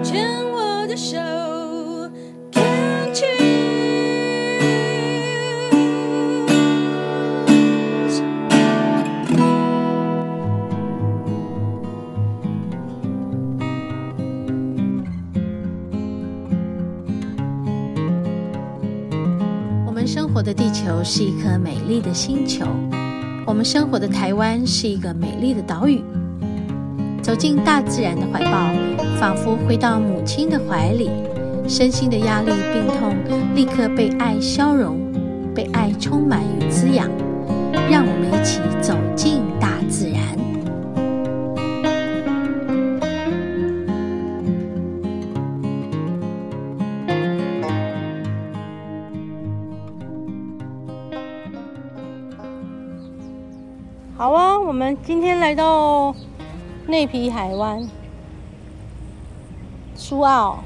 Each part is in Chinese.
牵我的手 Can't you。 我们生活的地球是一颗美丽的星球，我们生活的台湾是一个美丽的岛屿。走进大自然的怀抱，仿佛回到母亲的怀里，身心的压力、病痛立刻被爱消融，被爱充满与滋养。让我们一起走进大自然。 好啊，我们今天来到内皮海湾，苏澳。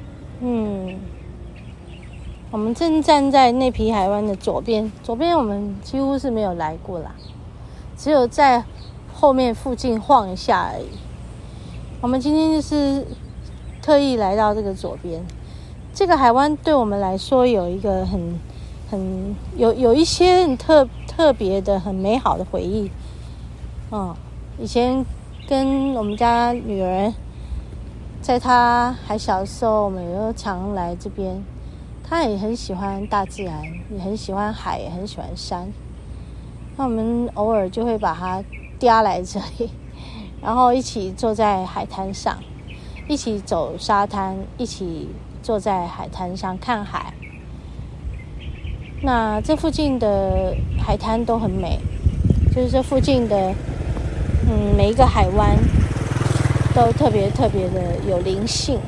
我们正站在内皮海湾的左边，左边我们几乎是没有来过啦，只有在后面附近晃一下而已。我们今天就是特意来到这个左边，这个海湾对我们来说有一个有一些很特别的、很美好的回忆。以前跟我们家女儿，在她还小的时候，我们也常来这边。她也很喜欢大自然，也很喜欢海，也很喜欢山。那我们偶尔就会把她嗲来这里，然后一起坐在海滩上，一起走沙滩，一起坐在海滩上看海。那这附近的海滩都很美，就是这附近的每一个海湾都特别的有灵性。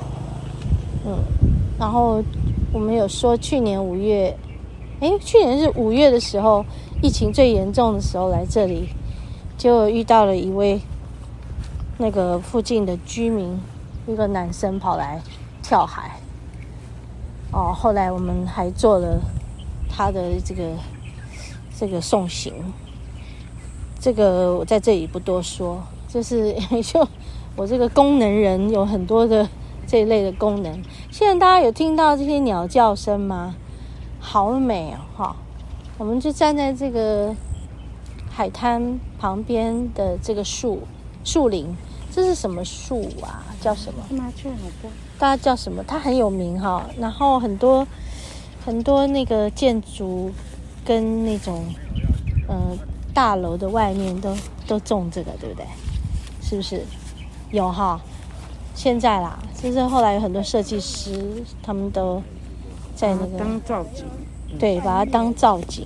然后我们有说去年5月，去年是5月的时候，疫情最严重的时候来这里，就遇到了一位那个附近的居民，一个男生跑来跳海。后来我们还做了他的这个送行。这个我在这里不多说，就是就我这个功能人有很多的这一类的功能。现在大家有听到这些鸟叫声吗？好美哦！我们就站在这个海滩旁边的这个树林，这是什么树啊？叫什么？ 麻雀好多。 大家叫什么？它很有名哈。然后很多那个建筑跟那种大楼的外面都种这个，对不对？是不是有哈？现在啦，就是后来有很多设计师，他们都在那个当造景， 对，把它当造景。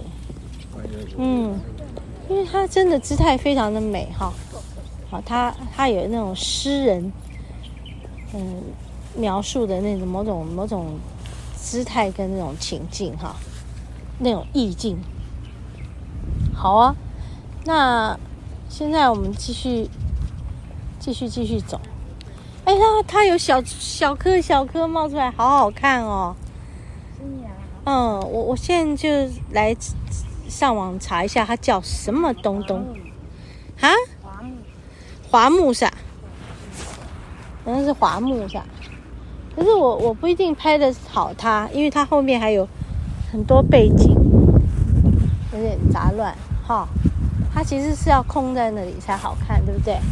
因为它真的姿态非常的美哈。好，它有那种诗人描述的那种某种姿态跟那种情境哈，那种意境。好啊。那现在我们继续走。它有小颗冒出来，好好看哦。我现在就来上网查一下，它叫什么东啊？华木是吧？可能是华木是吧？可是我不一定拍得好它，因为它后面还有很多背景，有点杂乱哈。它其实是要空在那里才好看，对不对？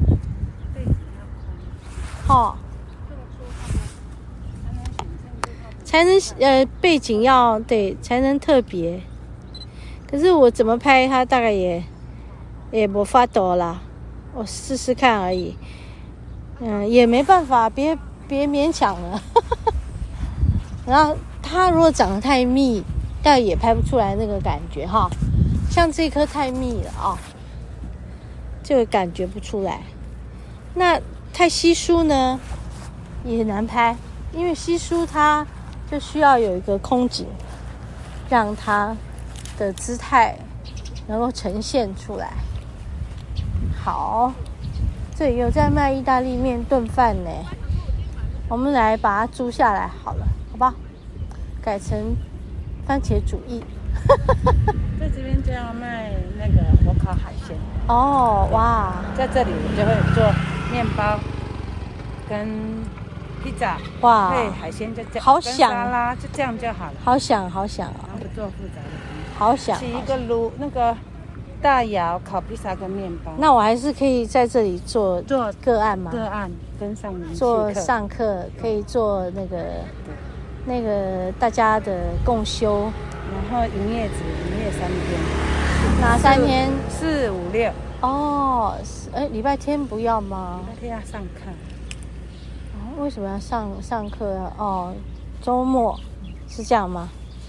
才能背景要对，才能特别。可是我怎么拍它大概也没法度啦，我试试看而已。也没办法，别勉强了。然后它如果长得太密，但也拍不出来那个感觉哈。像这颗太密了就感觉不出来。那太稀疏呢也难拍，因为稀疏它就需要有一个空景，让它的姿态能够呈现出来。好，这里有在卖意大利面炖饭呢，我们来把它租下来好了，好不好？改成番茄主义。 在这边就要卖那个火烤海鲜。 哇！ 在这里就会做面包跟披萨， 哇配海鲜就这样，跟好想沙拉就这样就好了， 好想好想啊， 然后不做复杂的东西。 好想。 起一个炉，那个大窑烤披萨跟面包。 那我还是可以在这里做做个案吗？ 个案跟上灵气做课上课可以做那个大家的共修， 然后营业3天， 哪3天 ？4、5、6。 哦，礼拜天不要吗？ 那天要上课。 为什么要上课啊？哦，周末是这样吗？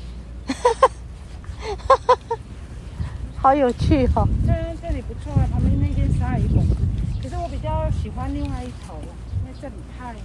好有趣哦！ 这里不错啊，旁边那间鲨鱼馆。可是我比较喜欢另外一头了，因为这里太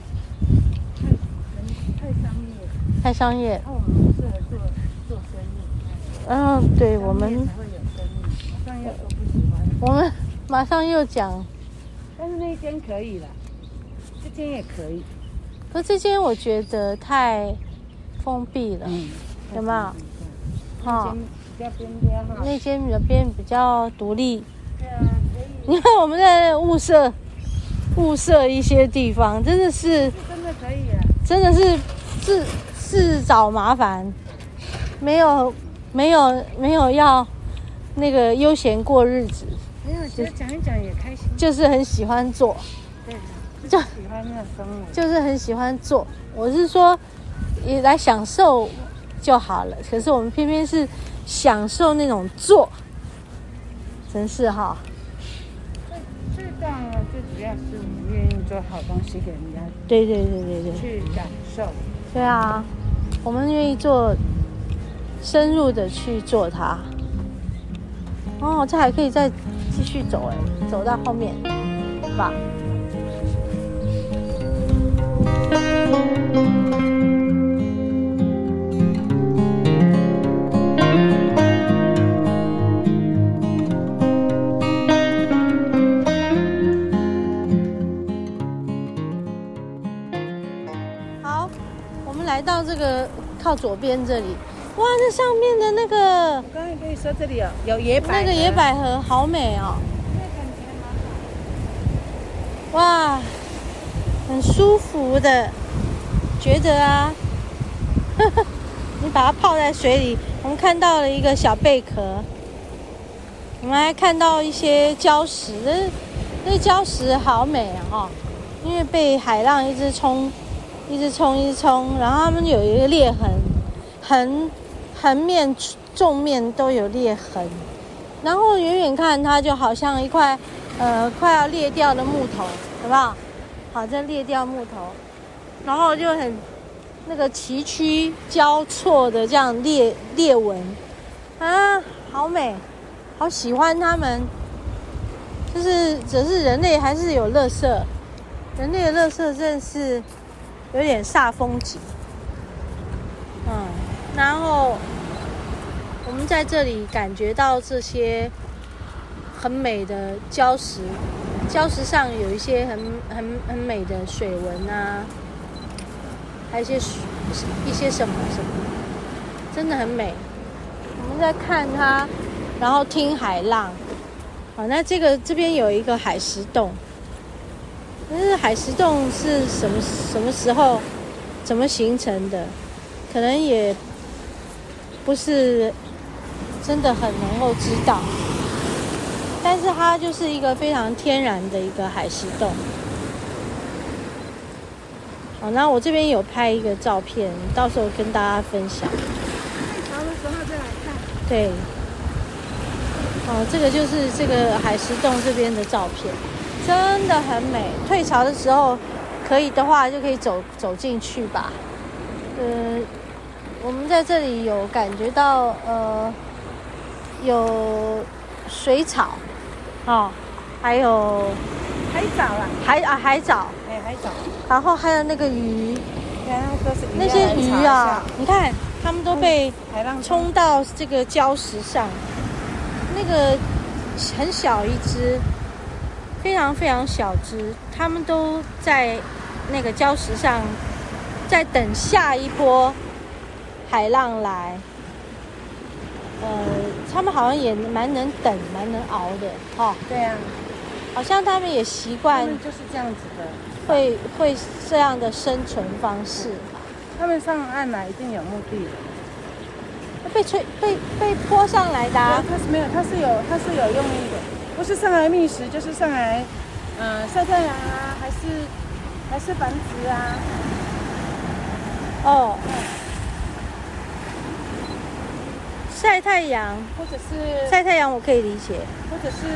商业了。 太商业。 那我们不适合做生意。 对，我们才会有生意。马上又说不喜欢。 我们马上又讲， 但是那一间可以了，这间也可以。 可这间我觉得太封闭了，有没有？ 哈，比较边边哈。 那间比较独立。 对啊，可以。 你看我们在物色一些地方，真的是真的可以啊。 真的是自找麻烦，没有要那个悠闲过日子。 没有，觉得讲一讲也开心。 就是很喜欢做。 对，就喜欢那种氛围。 就是很喜欢做。我是说，也来享受就好了。可是我们偏偏是享受那种做，真是哈。 最重要的最主要是我们愿意做好东西给人家。 对， 去感受。 对啊，我们愿意做，深入的去做它。哦，这还可以再继续走走到后面，是吧？好，我们来到这个靠左边这里，哇，这上面的那个我刚才跟你说这里有野百合， 那个野百合好美哦。哇，很舒服的，觉得啊，你把它泡在水里，我们看到了一个小贝壳，我们还看到一些礁石，那礁石好美啊，因为被海浪一直冲，然后它们有一个裂痕，横面、纵面都有裂痕，然后远远看它就好像一块快要裂掉的木头，好不好？好，这裂掉木头，然后就很那个崎岖交错的这样裂纹啊，好美，好喜欢它们。只是人类还是有垃圾，人类的垃圾真的是有点煞风景。然后我们在这里感觉到这些很美的礁石上有一些很美的水纹啊，还有一些什么，真的很美。我们在看它，然后听海浪。好，那这边有一个海石洞，但是海石洞是什么时候怎么形成的，可能也不是真的很能够知道。但是它就是一个非常天然的一个海石洞。好，那我这边有拍一个照片，到时候跟大家分享。 退潮的时候再来看。 对。这个就是这个海石洞这边的照片，真的很美。退潮的时候，可以的话就可以走进去吧。我们在这里有感觉到有水草。还有海藻啦， 海藻， 海藻， 然后还有那个鱼， 那些鱼啊，你看，它们都被海浪冲到这个礁石上，那个很小一只，非常非常小只，它们都在那个礁石上，在等下一波海浪来。他们好像也蛮能等，蛮能熬的， 对啊， 好像他们也习惯， 他们就是这样子的， 会这样的生存方式。 他们上岸来一定有目的的。 被拖上来的、啊。 它是没有，它是有用意的，不是上来觅食，就是上来，晒太阳啊，还是繁殖啊。 哦。晒太阳， 或者是晒太阳，我可以理解。 或者是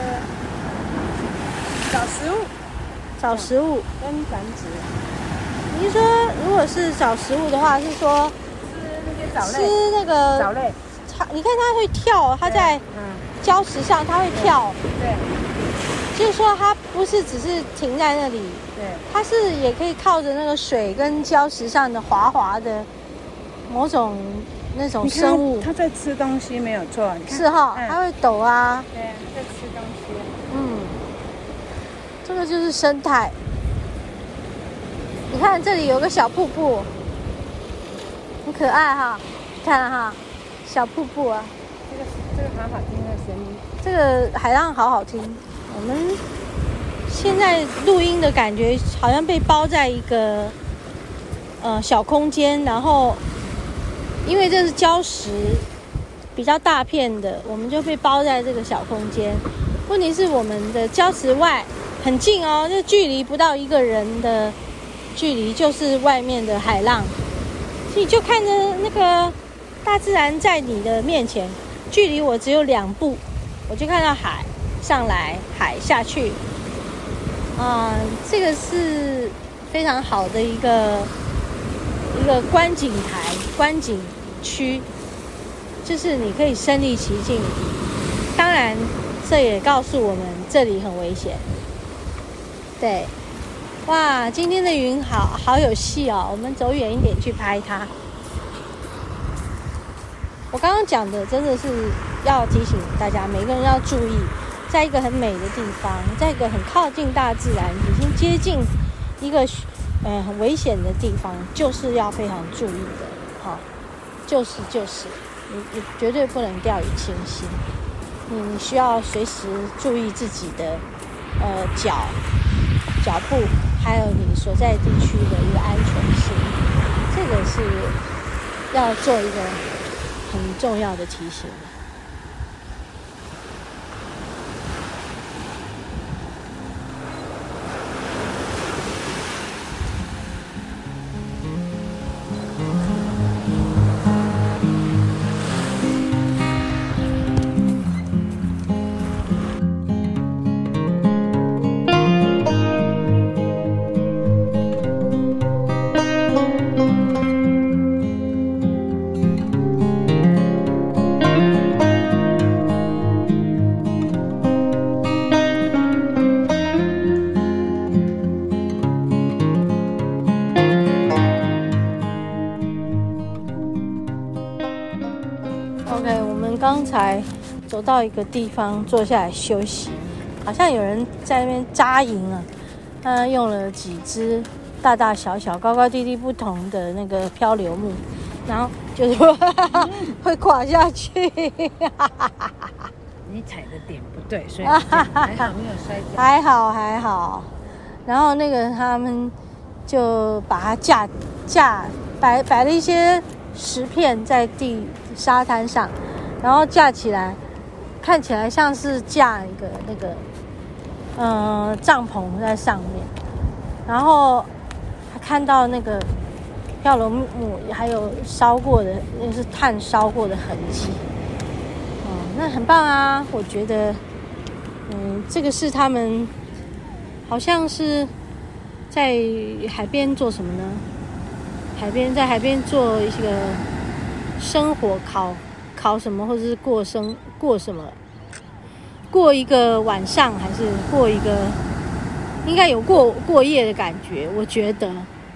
找食物跟繁殖。 你是说，如果是找食物的话，是说吃那个藻类？ 你看它会跳，它在礁石上，它会跳。 对。 就是说，它不是只是停在那里， 对， 它是也可以靠着那个水跟礁石上的滑滑的某种那种生物。 它在吃东西，没有错。你看是哈，它会抖啊。 对，在吃东西。 这个就是生态。你看这里有个小瀑布，很可爱哈，看哈，小瀑布啊。 这个好好听的声音。 这个海浪好好听。我们现在录音的感觉好像被包在一个小空间，然后因为这是礁石比较大片的，我们就被包在这个小空间。问题是我们的礁石外很近哦，这距离不到一个人的距离就是外面的海浪，所以就看着那个大自然在你的面前，距离我只有2步，我就看到海上来，海下去。这个是非常好的一个观景台、观景区，就是你可以身临其境。当然，这也告诉我们这里很危险。对，哇，今天的云好有戏哦，我们走远一点去拍它。我刚刚讲的真的是要提醒大家，每个人要注意，在一个很美的地方，在一个很靠近大自然，已经接近一个很危险的地方，就是要非常注意的。好，就是你绝对不能掉以轻心，你需要随时注意自己的脚步，还有你所在地区的一个安全性，这个是要做一个很重要的提醒。刚才走到一个地方坐下来休息，好像有人在那边扎营啊。用了几只大大小小、高高低低不同的那个漂流木，然后就是会垮下去。 你踩的点不对，所以还好没有摔跤。 还好。然后那个他们就把它摆了一些石片在沙滩上。然后架起来，看起来像是架一个那个帐篷在上面，然后还看到那个漂流木还有烧过的，那是炭烧过的痕迹。那很棒啊！我觉得，这个是他们好像是在海边做什么呢？在海边做一个生火烤什么，或者是过什么，过一个晚上，还是过一个，应该有过夜的感觉，我觉得。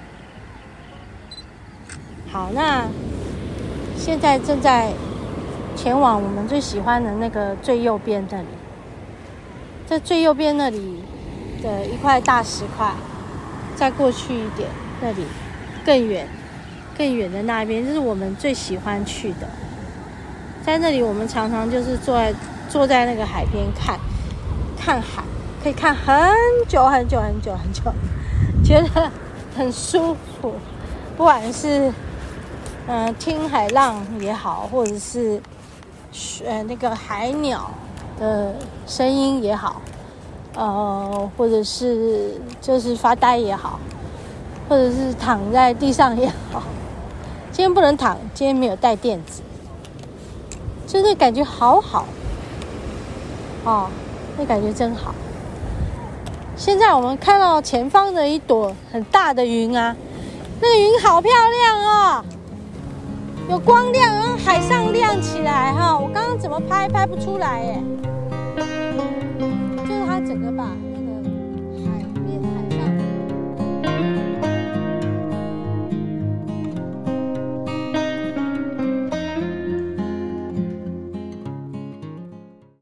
好，那现在正在前往我们最喜欢的那个最右边那里，在最右边那里的一块大石块，再过去一点，那里更远的那边，这是我们最喜欢去的。在那里，我们常常就是坐在那个海边看海，可以看很久很久很久很久。 觉得很舒服，不管是听海浪也好，或者是那个海鸟的声音也好，或者是就是发呆也好，或者是躺在地上也好。今天不能躺，今天没有带垫子，就那感觉好好哦，那感觉真好。现在我们看到前方的一朵很大的云啊，那个云好漂亮哦，有光亮，然后海上亮起来哈。我刚刚怎么拍不出来耶，就是它整个吧。